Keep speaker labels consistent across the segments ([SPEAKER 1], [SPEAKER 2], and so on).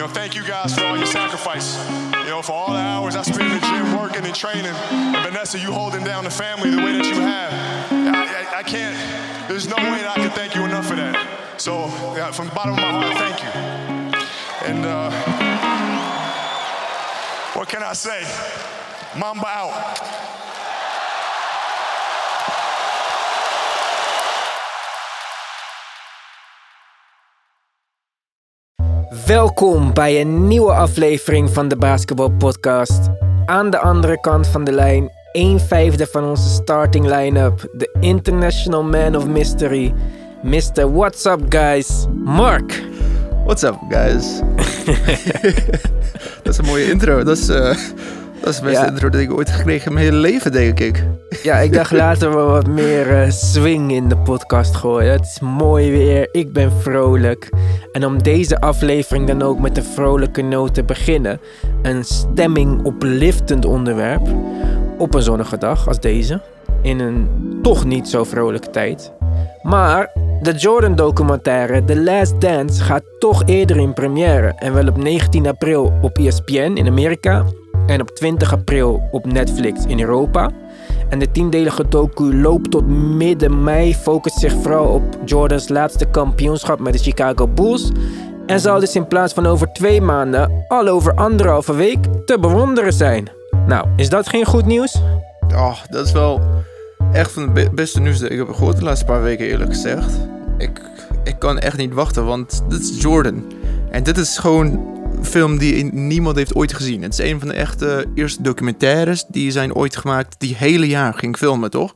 [SPEAKER 1] thank you guys for all your sacrifice. For all the hours I spent in the gym working and training. And Vanessa, you holding down the family the way that you have. I can't, there's no way that I can thank you enough for that. So, from the bottom of my heart, thank you. And what can I say? Mamba out.
[SPEAKER 2] Welkom bij een nieuwe aflevering van de Basketball Podcast. Aan de andere kant van de lijn, 1/5 van onze starting line-up, de International Man of Mystery, Mr. What's Up Guys, Mark.
[SPEAKER 3] What's up guys? Dat is een mooie intro. Dat is de beste intro die ik ooit gekregen in mijn hele leven, denk ik.
[SPEAKER 2] Ja, ik dacht laten we wat meer swing in de podcast gooien. Het is mooi weer, ik ben vrolijk. En om deze aflevering dan ook met een vrolijke noot te beginnen. Een stemming opliftend onderwerp. Op een zonnige dag als deze. In een toch niet zo vrolijke tijd. Maar de Jordan documentaire The Last Dance gaat toch eerder in première. En wel op 19 april op ESPN in Amerika. En op 20 april op Netflix in Europa. En de 10-delige docu loopt tot midden mei. Focust zich vooral op Jordans laatste kampioenschap met de Chicago Bulls. En zal dus in plaats van over 2 maanden al over 1,5 week te bewonderen zijn. Nou, is dat geen goed nieuws?
[SPEAKER 3] Oh, dat is wel echt van het beste nieuws dat ik heb gehoord de laatste paar weken, eerlijk gezegd. Ik kan echt niet wachten, want dit is Jordan. En dit is gewoon film die niemand heeft ooit gezien. Het is een van de echte eerste documentaires die zijn ooit gemaakt die hele jaar ging filmen, toch?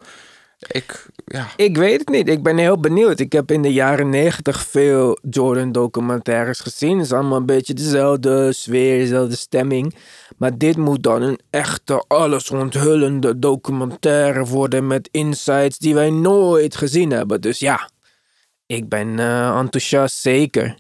[SPEAKER 3] Ik
[SPEAKER 2] weet het niet. Ik ben heel benieuwd. Ik heb in de jaren 90 veel Jordan documentaires gezien. Het is allemaal een beetje dezelfde sfeer, dezelfde stemming. Maar dit moet dan een echte alles onthullende documentaire worden met insights die wij nooit gezien hebben. Dus ja, ik ben enthousiast, zeker.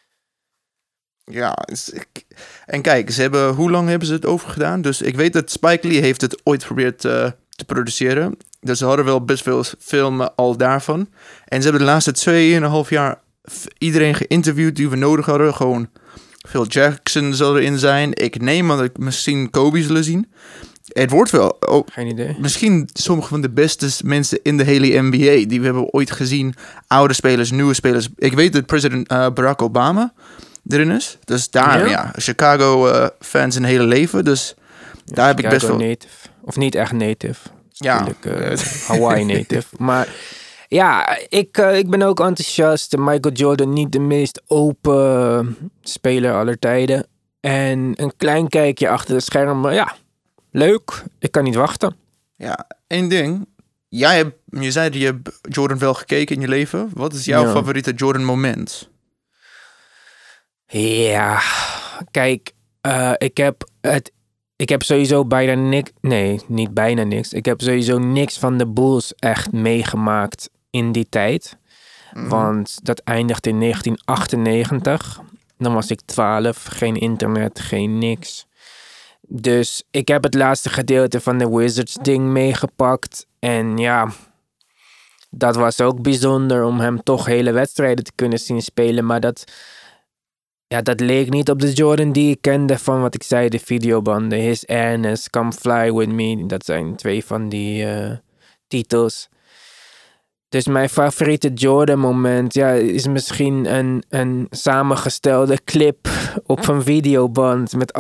[SPEAKER 3] Ja, en kijk, hoe lang hebben ze het over gedaan? Dus ik weet dat Spike Lee heeft het ooit geprobeerd te produceren. Dus ze hadden wel best veel filmen al daarvan. En ze hebben de laatste 2,5 jaar iedereen geïnterviewd die we nodig hadden. Gewoon Phil Jackson zal erin zijn. Ik neem aan dat ik misschien Kobe zullen zien. Het wordt wel
[SPEAKER 2] geen idee.
[SPEAKER 3] Misschien sommige van de beste mensen in de hele NBA die we hebben ooit gezien. Oude spelers, nieuwe spelers. Ik weet dat president Barack Obama erin is. Dus daar, Chicago fans een hele leven. Dus daar heb ik best wel
[SPEAKER 2] native. Of niet echt native.
[SPEAKER 3] Ja.
[SPEAKER 2] Hawaii native. Maar ja, ik ben ook enthousiast. Michael Jordan niet de meest open speler aller tijden. En een klein kijkje achter de schermen. Ja, leuk. Ik kan niet wachten.
[SPEAKER 3] Ja, één ding. Je zei dat je hebt Jordan wel gekeken in je leven. Wat is jouw favoriete Jordan moment?
[SPEAKER 2] Ja, kijk, ik heb sowieso bijna niks. Nee, niet bijna niks. Ik heb sowieso niks van de Bulls echt meegemaakt in die tijd. Want dat eindigt in 1998. Dan was ik 12, geen internet, geen niks. Dus ik heb het laatste gedeelte van de Wizards ding meegepakt. En ja, dat was ook bijzonder om hem toch hele wedstrijden te kunnen zien spelen. Maar dat leek niet op de Jordan die ik kende van wat ik zei, de videobanden. His Airness, Come Fly With Me. Dat zijn 2 van die titels. Dus mijn favoriete Jordan moment is misschien een samengestelde clip op een videoband met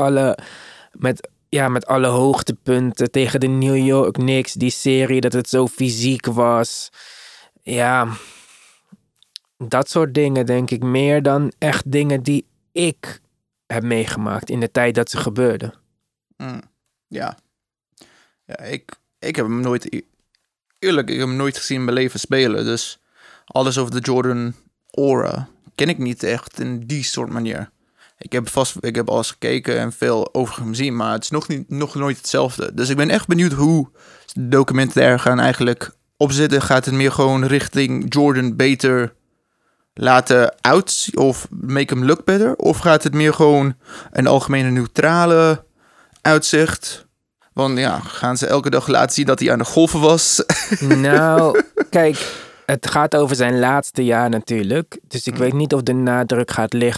[SPEAKER 2] alle hoogtepunten tegen de New York Knicks. Die serie, dat het zo fysiek was. Ja, dat soort dingen denk ik meer dan echt dingen die ik heb meegemaakt in de tijd dat ze gebeurden.
[SPEAKER 3] Ja, ik heb hem nooit... Eerlijk, ik heb hem nooit gezien in mijn leven spelen. Dus alles over de Jordan aura ken ik niet echt in die soort manier. Ik heb alles gekeken en veel over hem gezien, maar het is nog nooit hetzelfde. Dus ik ben echt benieuwd hoe de documentaire gaan eigenlijk opzetten. Gaat het meer gewoon richting Jordan beter laten of make him look better? Of gaat het meer gewoon een algemene neutrale uitzicht? Want ja, gaan ze elke dag laten zien dat hij aan de golven was?
[SPEAKER 2] Nou, kijk, het gaat over zijn laatste jaar natuurlijk. Dus ik weet niet of de nadruk gaat liggen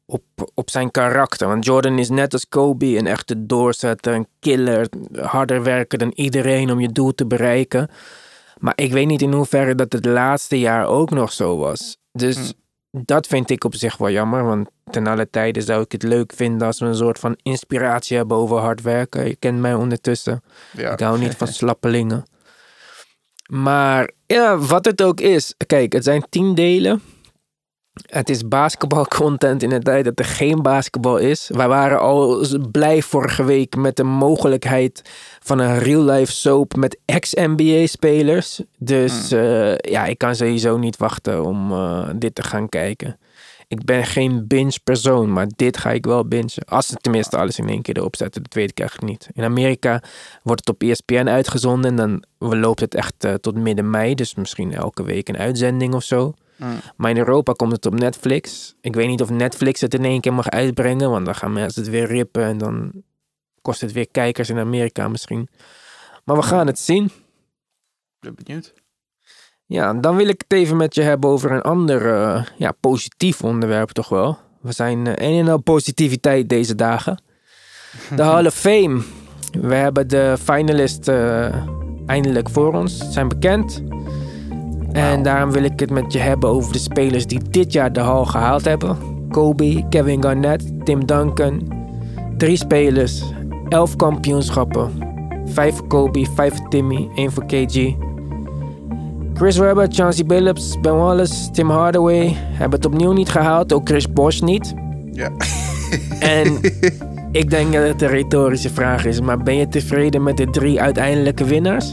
[SPEAKER 2] op zijn karakter. Want Jordan is net als Kobe een echte doorzetter, een killer, harder werken dan iedereen om je doel te bereiken. Maar ik weet niet in hoeverre dat het laatste jaar ook nog zo was. Dus dat vind ik op zich wel jammer, want ten alle tijde zou ik het leuk vinden als we een soort van inspiratie hebben over hard werken. Je kent mij ondertussen. Ja. Ik hou niet van slappelingen. Maar ja, wat het ook is. Kijk, het zijn 10 delen. Het is basketbalcontent in de tijd dat er geen basketbal is. Wij waren al blij vorige week met de mogelijkheid van een real-life soap met ex-NBA-spelers. Dus ik kan sowieso niet wachten om dit te gaan kijken. Ik ben geen binge-persoon, maar dit ga ik wel bingen. Als ze tenminste alles in één keer erop zetten, dat weet ik echt niet. In Amerika wordt het op ESPN uitgezonden en dan loopt het echt tot midden mei. Dus misschien elke week een uitzending of zo. Maar in Europa komt het op Netflix. Ik weet niet of Netflix het in één keer mag uitbrengen, want dan gaan mensen het weer rippen en dan kost het weer kijkers in Amerika misschien. Maar we gaan het zien. Ik
[SPEAKER 3] ben benieuwd.
[SPEAKER 2] Ja, dan wil ik het even met je hebben over een ander positief onderwerp toch wel. We zijn een en al positiviteit deze dagen. De Hall of Fame. We hebben de finalist eindelijk voor ons. Ze zijn bekend. En daarom wil ik het met je hebben over de spelers die dit jaar de Hall gehaald hebben. Kobe, Kevin Garnett, Tim Duncan. 3 spelers, 11 kampioenschappen. 5 voor Kobe, 5 voor Timmy, 1 voor KG. Chris Webber, Chauncey Billups, Ben Wallace, Tim Hardaway hebben het opnieuw niet gehaald. Ook Chris Bosh niet. Ja. En ik denk dat het een retorische vraag is. Maar ben je tevreden met de 3 uiteindelijke winnaars?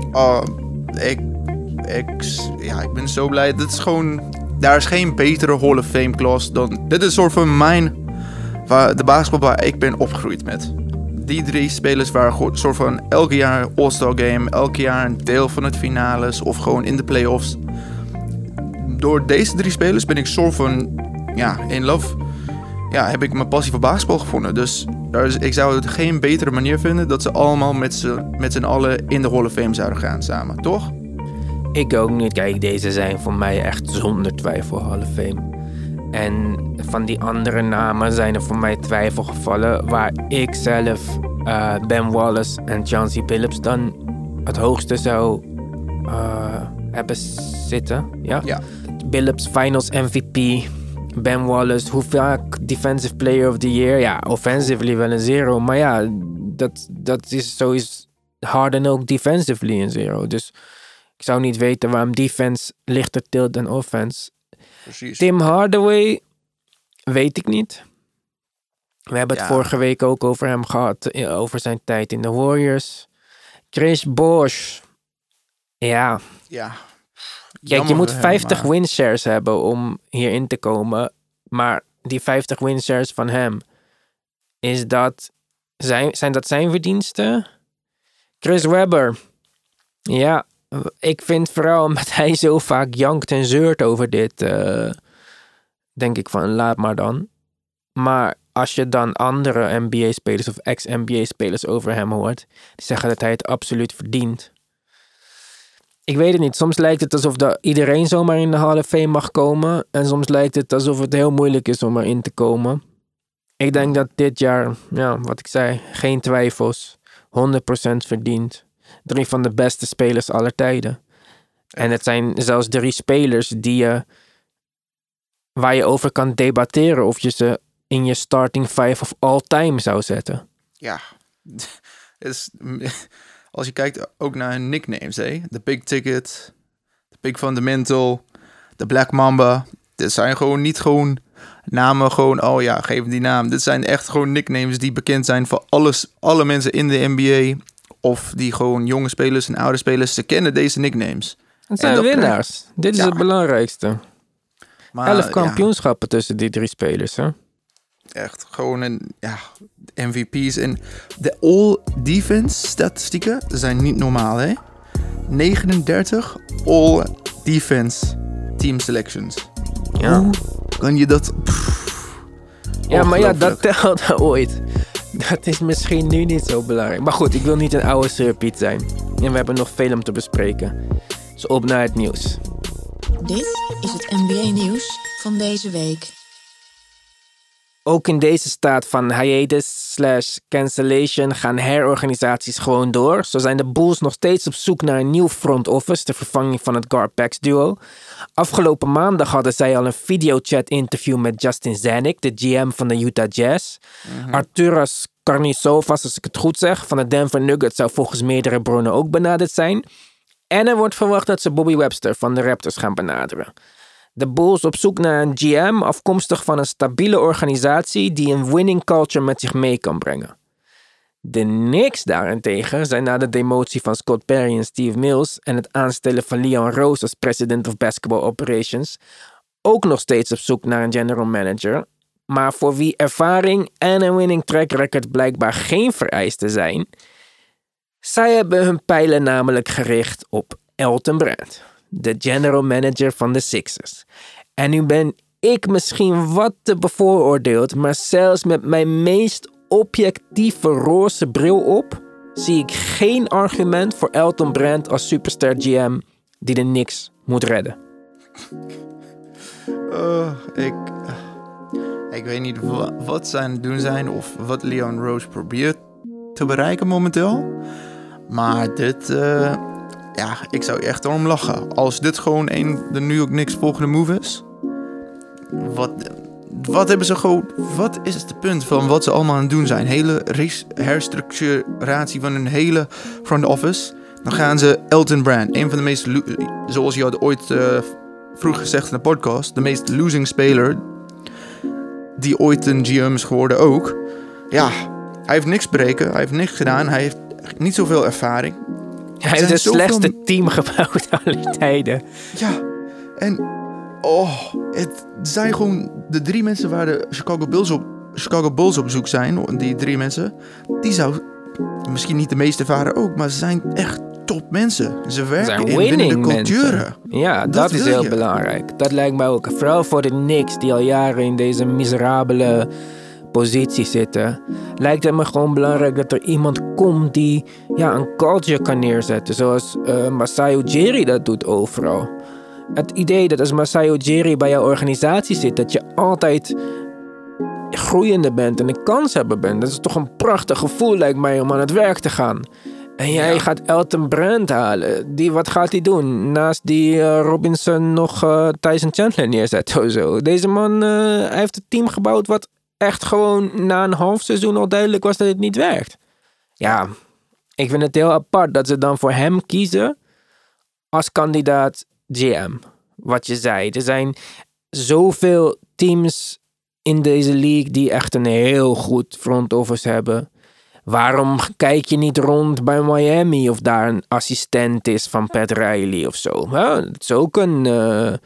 [SPEAKER 3] Ik ben zo blij. Dit is gewoon... Daar is geen betere Hall of Fame class dan... Dit is een soort van de basketbal waar ik ben opgegroeid met. Die 3 spelers waren een soort van elke jaar All-Star Game, elke jaar een deel van het finales of gewoon in de playoffs. Door deze 3 spelers ben ik soort van in love. Ja, heb ik mijn passie voor basketbal gevonden. Dus ik zou het geen betere manier vinden dat ze allemaal met z'n allen in de Hall of Fame zouden gaan samen, toch?
[SPEAKER 2] Ik ook niet. Kijk, deze zijn voor mij echt zonder twijfel Hall of Fame. En van die andere namen zijn er voor mij twijfelgevallen waar ik zelf Ben Wallace en Chauncey Billups dan het hoogste zou hebben zitten. Ja? Billups Finals MVP, Ben Wallace, hoe vaak Defensive Player of the Year? Ja, offensively wel een 0, maar ja, dat is zo is Harden ook defensively een 0. Dus ik zou niet weten waarom defense lichter tilt dan offense. Precies. Tim Hardaway, weet ik niet. We hebben het vorige week ook over hem gehad. Over zijn tijd in de Warriors. Chris Bosh. Ja. Kijk, je moet 50 winshares hebben om hierin te komen. Maar die 50 winshares van hem, zijn dat zijn verdiensten? Chris Webber. Ja. Ik vind vooral omdat hij zo vaak jankt en zeurt over dit, denk ik van laat maar dan. Maar als je dan andere NBA-spelers of ex-NBA-spelers over hem hoort, die zeggen dat hij het absoluut verdient. Ik weet het niet. Soms lijkt het alsof iedereen zomaar in de Hall of Fame mag komen. En soms lijkt het alsof het heel moeilijk is om erin te komen. Ik denk dat dit jaar, wat ik zei, geen twijfels, 100% verdient. 3 van de beste spelers aller tijden. En het zijn zelfs 3 spelers waar je over kan debatteren of je ze in je starting 5 of all time zou zetten. Ja,
[SPEAKER 3] als je kijkt ook naar hun nicknames, de Big Ticket, de Big Fundamental, de Black Mamba. Dit zijn gewoon niet gewoon namen, geef die naam. Dit zijn echt gewoon nicknames die bekend zijn voor alle mensen in de NBA. Of die gewoon jonge spelers en oude spelers, ze kennen deze nicknames.
[SPEAKER 2] Het zijn winnaars. Dit is het belangrijkste. Maar, 11 kampioenschappen tussen die 3 spelers, hè?
[SPEAKER 3] Echt, gewoon MVP's. En de all-defense statistieken zijn niet normaal, hè? 39 all-defense team selections. Ja. Hoe kan je dat...
[SPEAKER 2] dat telde ooit. Dat is misschien nu niet zo belangrijk. Maar goed, ik wil niet een oude surpiet zijn. En we hebben nog veel om te bespreken. Dus op naar het nieuws.
[SPEAKER 4] Dit is het NBA nieuws van deze week.
[SPEAKER 2] Ook in deze staat van hiatus/cancellation gaan herorganisaties gewoon door. Zo zijn de Bulls nog steeds op zoek naar een nieuw front office, de vervanging van het Garpax duo. Afgelopen maandag hadden zij al een videochat interview met Justin Zanuck, de GM van de Utah Jazz. Arturas Karnisovas, als ik het goed zeg, van de Denver Nuggets zou volgens meerdere bronnen ook benaderd zijn. En er wordt verwacht dat ze Bobby Webster van de Raptors gaan benaderen. De Bulls op zoek naar een GM afkomstig van een stabiele organisatie die een winning culture met zich mee kan brengen. De Knicks daarentegen zijn na de demotie van Scott Perry en Steve Mills en het aanstellen van Leon Rose als president of basketball operations ook nog steeds op zoek naar een general manager, maar voor wie ervaring en een winning track record blijkbaar geen vereisten zijn. Zij hebben hun pijlen namelijk gericht op Elton Brand, de general manager van de Sixers. En nu ben ik misschien wat te bevooroordeeld, maar zelfs met mijn meest objectieve roze bril op, zie ik geen argument voor Elton Brand als superstar GM die de Knicks moet redden.
[SPEAKER 3] Ik weet niet wat ze aan het doen zijn of wat Leon Rose probeert te bereiken momenteel. Maar dit, ik zou echt erom lachen. Als dit gewoon de New York Knicks volgende move is. Wat hebben ze gewoon... Wat is het punt van wat ze allemaal aan het doen zijn? Hele herstructuratie van hun hele front office. Dan gaan ze Elton Brand, een van de meest... Zoals je had ooit vroeger gezegd in de podcast, de meest losing speler die ooit een GM is geworden ook. Ja, hij heeft niks bereikt, hij heeft niks gedaan, hij heeft niet zoveel ervaring.
[SPEAKER 2] Hij heeft het slechtste team gebouwd alle tijden.
[SPEAKER 3] Ja, en het zijn gewoon de 3 mensen waar de Chicago Bulls op zoek zijn. Die 3 mensen, die zou misschien niet de meest ervaren ook, maar ze zijn echt top mensen. Ze werken binnen de culturen.
[SPEAKER 2] Ja, dat is heel belangrijk. Dat lijkt mij ook. Vooral voor de Knicks die al jaren in deze miserabele positie zitten, lijkt het me gewoon belangrijk dat er iemand komt die een culture kan neerzetten. Zoals Masai Ujiri dat doet overal. Het idee dat als Masai Ujiri bij jouw organisatie zit, dat je altijd groeiende bent en een kans hebben bent. Dat is toch een prachtig gevoel, lijkt mij, om aan het werk te gaan. En jij gaat Elton Brand halen. Wat gaat hij doen? Naast die Robinson nog Tyson Chandler neerzetten of zo. Deze man hij heeft een team gebouwd wat echt gewoon na een half seizoen al duidelijk was dat het niet werkt. Ja, ik vind het heel apart dat ze dan voor hem kiezen als kandidaat GM. Wat je zei. Er zijn zoveel teams in deze league die echt een heel goed front office hebben. Waarom kijk je niet rond bij Miami of daar een assistent is van Pat Riley of zo? Het is ook een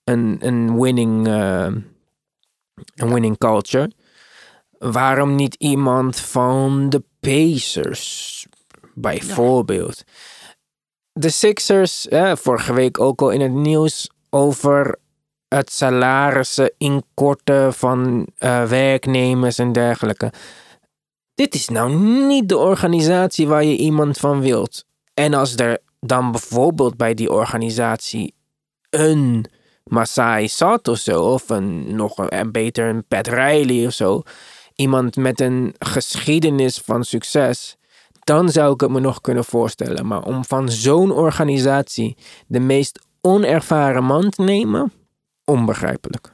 [SPEAKER 2] winning culture. Waarom niet iemand van de Pacers, bijvoorbeeld? De Sixers, vorige week ook al in het nieuws over het salarissen inkorten van werknemers en dergelijke. Dit is nou niet de organisatie waar je iemand van wilt. En als er dan bijvoorbeeld bij die organisatie een Masai zat of zo, of beter een Pat Riley of zo, iemand met een geschiedenis van succes, dan zou ik het me nog kunnen voorstellen. Maar om van zo'n organisatie de meest onervaren man te nemen, onbegrijpelijk.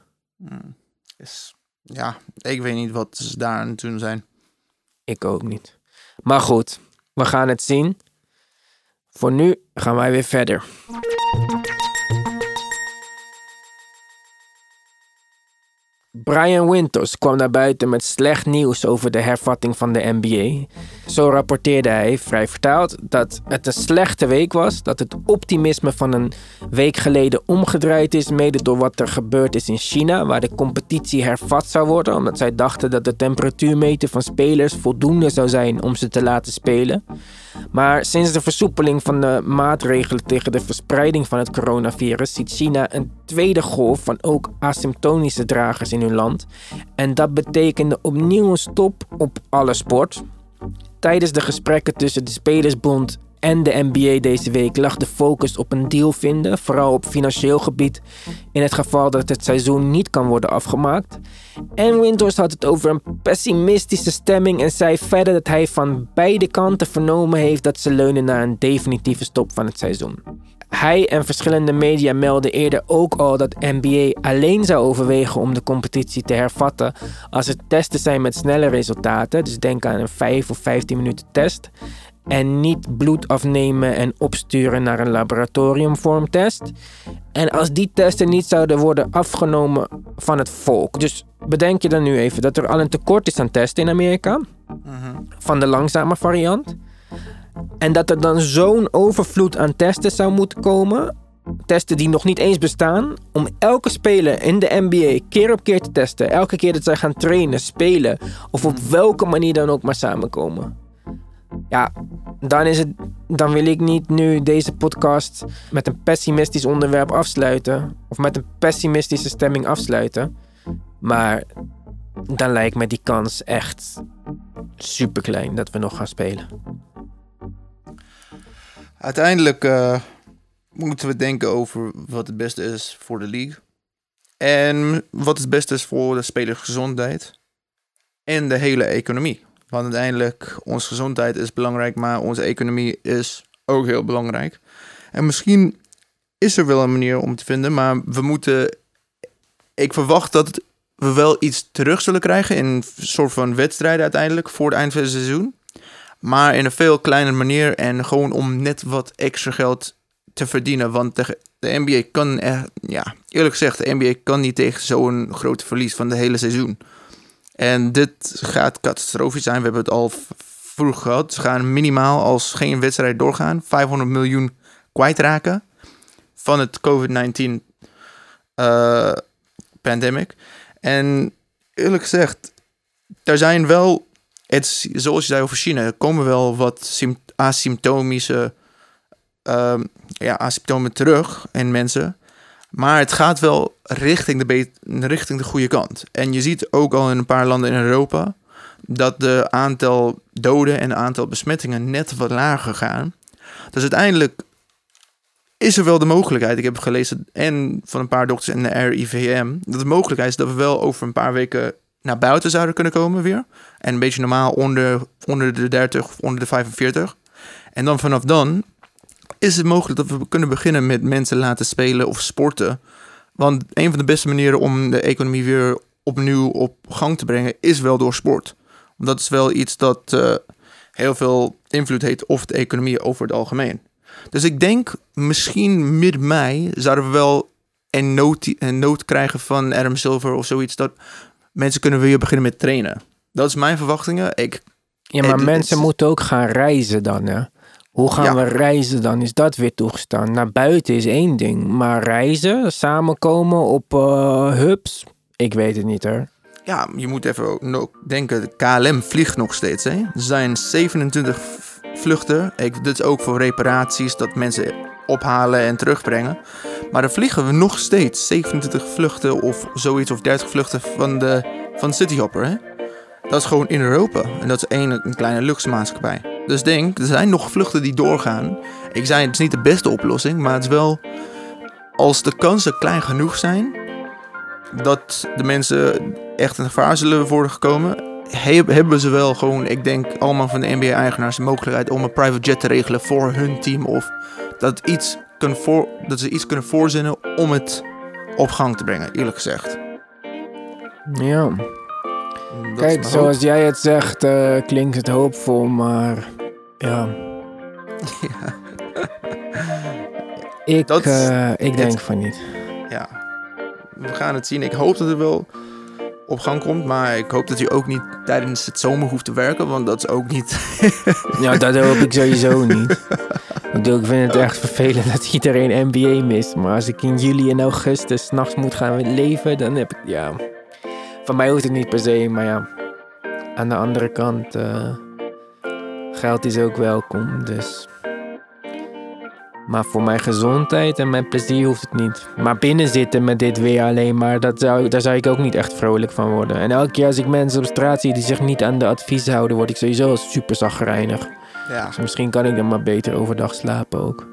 [SPEAKER 3] Ja, ik weet niet wat ze daar aan het doen zijn.
[SPEAKER 2] Ik ook niet. Maar goed, we gaan het zien. Voor nu gaan wij weer verder. Brian Winters kwam naar buiten met slecht nieuws over de hervatting van de NBA. Zo rapporteerde hij, vrij vertaald, dat het een slechte week was, dat het optimisme van een week geleden omgedraaid is, mede door wat er gebeurd is in China, waar de competitie hervat zou worden, omdat zij dachten dat de temperatuurmeter van spelers voldoende zou zijn om ze te laten spelen. Maar sinds de versoepeling van de maatregelen tegen de verspreiding van het coronavirus ziet China een tweede golf van ook asymptotische dragers in hun land. En dat betekende opnieuw een stop op alle sport. Tijdens de gesprekken tussen de Spelersbond en de NBA deze week lag de focus op een deal vinden, vooral op financieel gebied, in het geval dat het seizoen niet kan worden afgemaakt. En Windhorst had het over een pessimistische stemming en zei verder dat hij van beide kanten vernomen heeft dat ze leunen naar een definitieve stop van het seizoen. Hij en verschillende media melden eerder ook al dat NBA alleen zou overwegen om de competitie te hervatten als er testen zijn met snelle resultaten, dus denk aan een 5 of 15 minuten test, en niet bloed afnemen en opsturen naar een laboratoriumvormtest. En als die testen niet zouden worden afgenomen van het volk. Dus bedenk je dan nu even dat er al een tekort is aan testen in Amerika, van de langzame variant. En dat er dan zo'n overvloed aan testen zou moeten komen, testen die nog niet eens bestaan, om elke speler in de NBA keer op keer te testen. Elke keer dat zij gaan trainen, spelen of op welke manier dan ook maar samenkomen. Ja, dan wil ik niet nu deze podcast met een pessimistisch onderwerp afsluiten. Of met een pessimistische stemming afsluiten. Maar dan lijkt me die kans echt super klein dat we nog gaan spelen.
[SPEAKER 3] Uiteindelijk moeten we denken over wat het beste is voor de league. En wat het beste is voor de spelergezondheid. En de hele economie. Want uiteindelijk, onze gezondheid is belangrijk, maar onze economie is ook heel belangrijk. En misschien is er wel een manier om te vinden, maar ik verwacht dat we wel iets terug zullen krijgen in een soort van wedstrijden uiteindelijk voor het eind van het seizoen. Maar in een veel kleinere manier en gewoon om net wat extra geld te verdienen. Want de NBA kan eerlijk gezegd, de NBA kan niet tegen zo'n groot verlies van de hele seizoen. En dit gaat catastrofisch zijn. We hebben het al vroeg gehad. Ze gaan minimaal, als geen wedstrijd doorgaan, 500 miljoen kwijtraken van het COVID-19 pandemic. En eerlijk gezegd, er zijn wel, zoals je zei over China, er komen wel wat asymptomische asymptomen terug in mensen. Maar het gaat wel richting de goede kant. En je ziet ook al in een paar landen in Europa dat de aantal doden en de aantal besmettingen net wat lager gaan. Dus uiteindelijk is er wel de mogelijkheid, ik heb gelezen en van een paar dokters in de RIVM, dat de mogelijkheid is dat we wel over een paar weken naar buiten zouden kunnen komen weer. En een beetje normaal onder de 30 of onder de 45. En dan vanaf dan is het mogelijk dat we kunnen beginnen met mensen laten spelen of sporten. Want een van de beste manieren om de economie weer opnieuw op gang te brengen is wel door sport. Dat is wel iets dat heel veel invloed heeft op de economie over het algemeen. Dus ik denk misschien mid-mei zouden we wel een noot krijgen van Adam Silver of zoiets. Dat mensen kunnen weer beginnen met trainen. Dat is mijn verwachtingen.
[SPEAKER 2] Maar mensen moeten ook gaan reizen dan, hè? Hoe gaan we reizen dan? Is dat weer toegestaan? Naar buiten is één ding. Maar reizen, samenkomen op hubs? Ik weet het niet, hoor.
[SPEAKER 3] Ja, je moet even denken, de KLM vliegt nog steeds. Hè? Er zijn 27 vluchten. Dit is ook voor reparaties, dat mensen ophalen en terugbrengen. Maar dan vliegen we nog steeds 27 vluchten of zoiets, of 30 vluchten van Cityhopper. Hè? Dat is gewoon in Europa. En dat is een kleine luxe maatschappij. Dus er zijn nog vluchten die doorgaan. Ik zei, het is niet de beste oplossing, maar het is wel, als de kansen klein genoeg zijn dat de mensen echt in gevaar zullen worden gekomen, hebben ze wel gewoon, ik denk allemaal van de NBA-eigenaars, de mogelijkheid om een private jet te regelen voor hun team, of dat ze iets kunnen voorzinnen om het op gang te brengen, eerlijk gezegd.
[SPEAKER 2] Ja. Kijk, zoals jij het zegt, klinkt het hoopvol, maar ja. Ik denk van niet.
[SPEAKER 3] Ja, we gaan het zien. Ik hoop dat het wel op gang komt, maar ik hoop dat je ook niet tijdens het zomer hoeft te werken, want dat is ook niet...
[SPEAKER 2] Ja, dat hoop ik sowieso niet. Ik vind het echt vervelend dat iedereen NBA mist, maar als ik in juli en augustus 's nachts moet gaan leven, dan heb ik, van mij hoeft het niet per se, maar ja, aan de andere kant, geld is ook welkom, dus. Maar voor mijn gezondheid en mijn plezier hoeft het niet. Maar binnen zitten met dit weer alleen maar, daar zou ik ook niet echt vrolijk van worden. En elke keer als ik mensen op straat zie die zich niet aan de adviezen houden, word ik sowieso super chagrijnig.
[SPEAKER 3] Ja.
[SPEAKER 2] Dus misschien kan ik dan maar beter overdag slapen ook.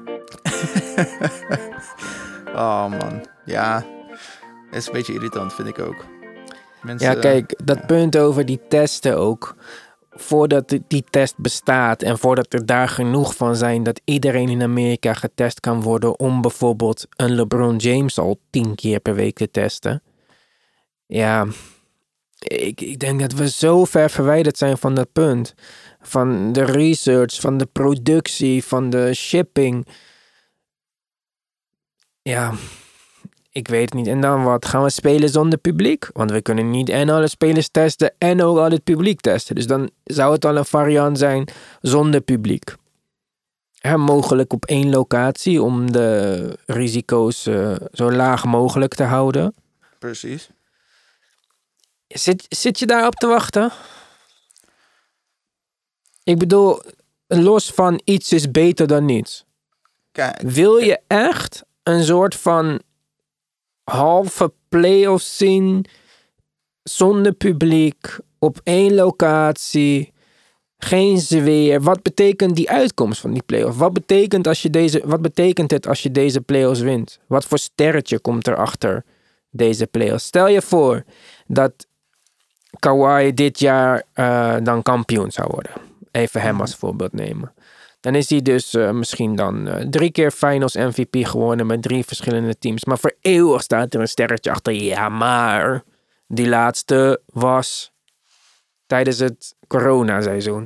[SPEAKER 3] Oh man, ja. Het is een beetje irritant, vind ik ook. Mensen,
[SPEAKER 2] Ja, kijk, dat punt over die testen ook. Voordat die test bestaat en voordat er daar genoeg van zijn dat iedereen in Amerika getest kan worden om bijvoorbeeld een LeBron James al 10 keer per week te testen. Ja, ik denk dat we zo ver verwijderd zijn van dat punt. Van de research, van de productie, van de shipping. Ja, ik weet het niet. En dan wat? Gaan we spelen zonder publiek? Want we kunnen niet en alle spelers testen en ook al het publiek testen. Dus dan zou het al een variant zijn zonder publiek. Mogelijk op 1 locatie om de risico's zo laag mogelijk te houden.
[SPEAKER 3] Precies.
[SPEAKER 2] Zit je daarop te wachten? Ik bedoel, los van iets is beter dan niets.
[SPEAKER 3] Kijk,
[SPEAKER 2] Wil je echt een soort van halve play-offs zien zonder publiek op 1 locatie, geen sfeer? Wat betekent die uitkomst van die play-off? Wat betekent het als je deze play-offs wint? Wat voor sterretje komt er achter deze play-offs? Stel je voor dat Kawhi dit jaar dan kampioen zou worden. Even hem als voorbeeld nemen. Dan is hij dus misschien dan 3 keer Finals MVP gewonnen met 3 verschillende teams. Maar voor eeuwig staat er een sterretje achter. Ja, maar die laatste was tijdens het coronaseizoen.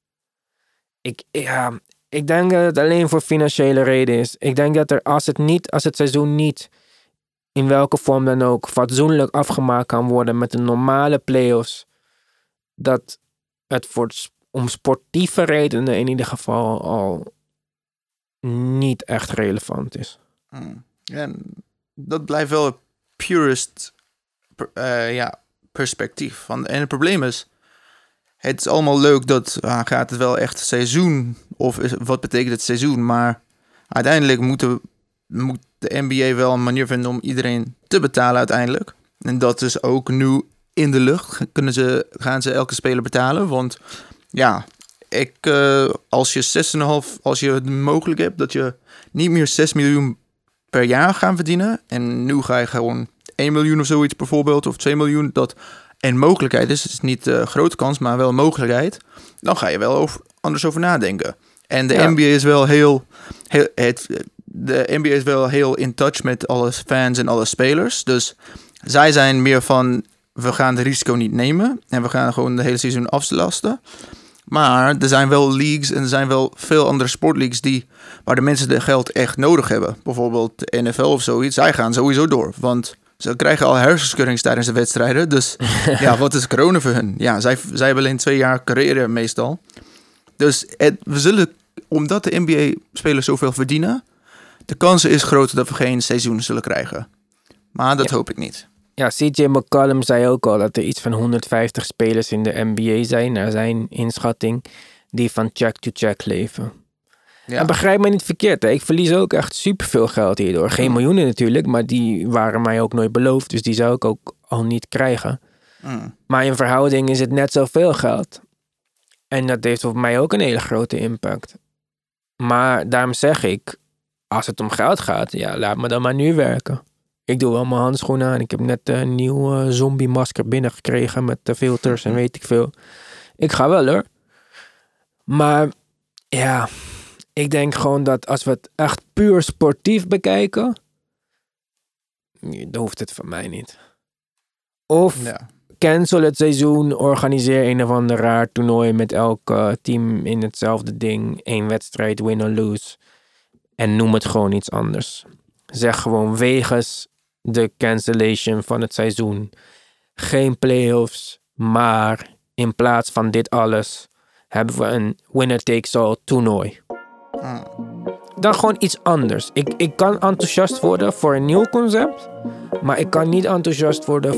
[SPEAKER 2] Ik denk dat het alleen voor financiële reden is. Ik denk dat er als het seizoen niet in welke vorm dan ook fatsoenlijk afgemaakt kan worden met een normale play-offs, dat het om sportieve redenen in ieder geval al niet echt relevant is.
[SPEAKER 3] En dat blijft wel het purest perspectief. En het probleem is, het is allemaal leuk dat gaat het wel echt seizoen, of wat betekent het seizoen, maar uiteindelijk moet de NBA wel een manier vinden om iedereen te betalen uiteindelijk. En dat is ook nu in de lucht. Gaan ze elke speler betalen, want ja, als je de mogelijk hebt dat je niet meer 6 miljoen per jaar gaan verdienen, en nu ga je gewoon 1 miljoen of zoiets bijvoorbeeld, of 2 miljoen, dat een mogelijkheid is. Het is niet een grote kans, maar wel een mogelijkheid. Dan ga je wel anders over nadenken. En de NBA is wel de NBA is wel heel in touch met alle fans en alle spelers. Dus zij zijn meer van, we gaan het risico niet nemen en we gaan gewoon de hele seizoen aflasten. Maar er zijn wel leagues en er zijn wel veel andere sportleagues waar de mensen de geld echt nodig hebben. Bijvoorbeeld de NFL of zoiets. Zij gaan sowieso door, want ze krijgen al hersenschuddings tijdens de wedstrijden. Dus ja, wat is corona voor hun? Ja, zij hebben alleen 2 jaar carrière meestal. Dus we zullen, omdat de NBA-spelers zoveel verdienen, de kans is groter dat we geen seizoen zullen krijgen. Maar dat hoop ik niet.
[SPEAKER 2] Ja, CJ McCollum zei ook al dat er iets van 150 spelers in de NBA zijn, naar zijn inschatting, die van check to check leven. Ja. En begrijp me niet verkeerd, hè? Ik verlies ook echt superveel geld hierdoor. Geen miljoenen natuurlijk, maar die waren mij ook nooit beloofd, dus die zou ik ook al niet krijgen. Maar in verhouding is het net zoveel geld. En dat heeft op mij ook een hele grote impact. Maar daarom zeg ik, als het om geld gaat, ja, laat me dan maar nu werken. Ik doe wel mijn handschoenen aan. Ik heb net een nieuw zombie-masker binnengekregen met de filters en weet ik veel. Ik ga wel hoor. Maar ja, ik denk gewoon dat als we het echt puur sportief bekijken, dan hoeft het van mij niet. Of cancel het seizoen, organiseer een of ander raar toernooi met elk team in hetzelfde ding. 1 wedstrijd, win or lose. En noem het gewoon iets anders. Zeg gewoon wegens de cancellation van het seizoen geen playoffs, maar in plaats van dit alles hebben we een winner-takes-all toernooi. Dan gewoon iets anders. Ik kan enthousiast worden voor een nieuw concept, maar ik kan niet enthousiast worden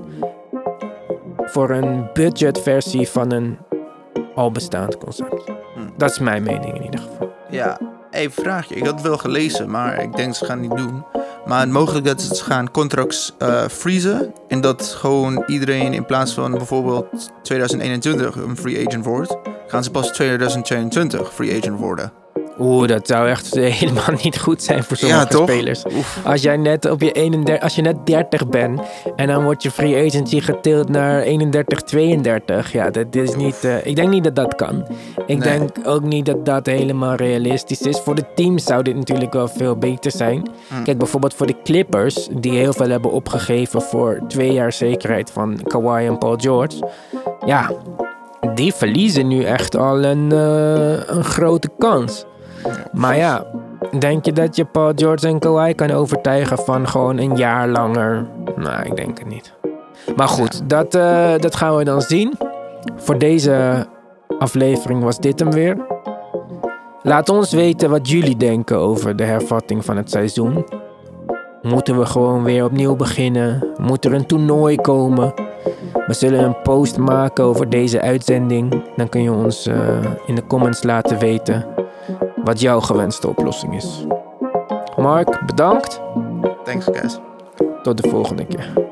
[SPEAKER 2] voor een budgetversie van een al bestaand concept. Dat is mijn mening in ieder geval.
[SPEAKER 3] Ja, even vraagje. Ik had het wel gelezen, maar ik denk ze gaan het niet doen. Maar mogelijk dat ze gaan contracts freezen. En dat gewoon iedereen in plaats van bijvoorbeeld 2021 een free agent wordt. gaan ze pas 2022 free agent worden.
[SPEAKER 2] Dat zou echt helemaal niet goed zijn voor sommige spelers. Als jij net op je net 30 bent en dan wordt je free agency getild naar 31, 32. Ja, dat is niet. Ik denk niet dat dat kan. Ik denk ook niet dat dat helemaal realistisch is. Voor de teams zou dit natuurlijk wel veel beter zijn. Kijk, bijvoorbeeld voor de Clippers, die heel veel hebben opgegeven voor 2 jaar zekerheid van Kawhi en Paul George. Ja, die verliezen nu echt al een grote kans. Maar ja, denk je dat je Paul George en Kawhi kan overtuigen van gewoon een jaar langer? Nou, ik denk het niet. Maar goed, dat gaan we dan zien. Voor deze aflevering was dit hem weer. Laat ons weten wat jullie denken over de hervatting van het seizoen. Moeten we gewoon weer opnieuw beginnen? Moet er een toernooi komen? We zullen een post maken over deze uitzending. Dan kun je ons in de comments laten weten wat jouw gewenste oplossing is. Mark, bedankt.
[SPEAKER 3] Thanks, guys.
[SPEAKER 2] Tot de volgende keer.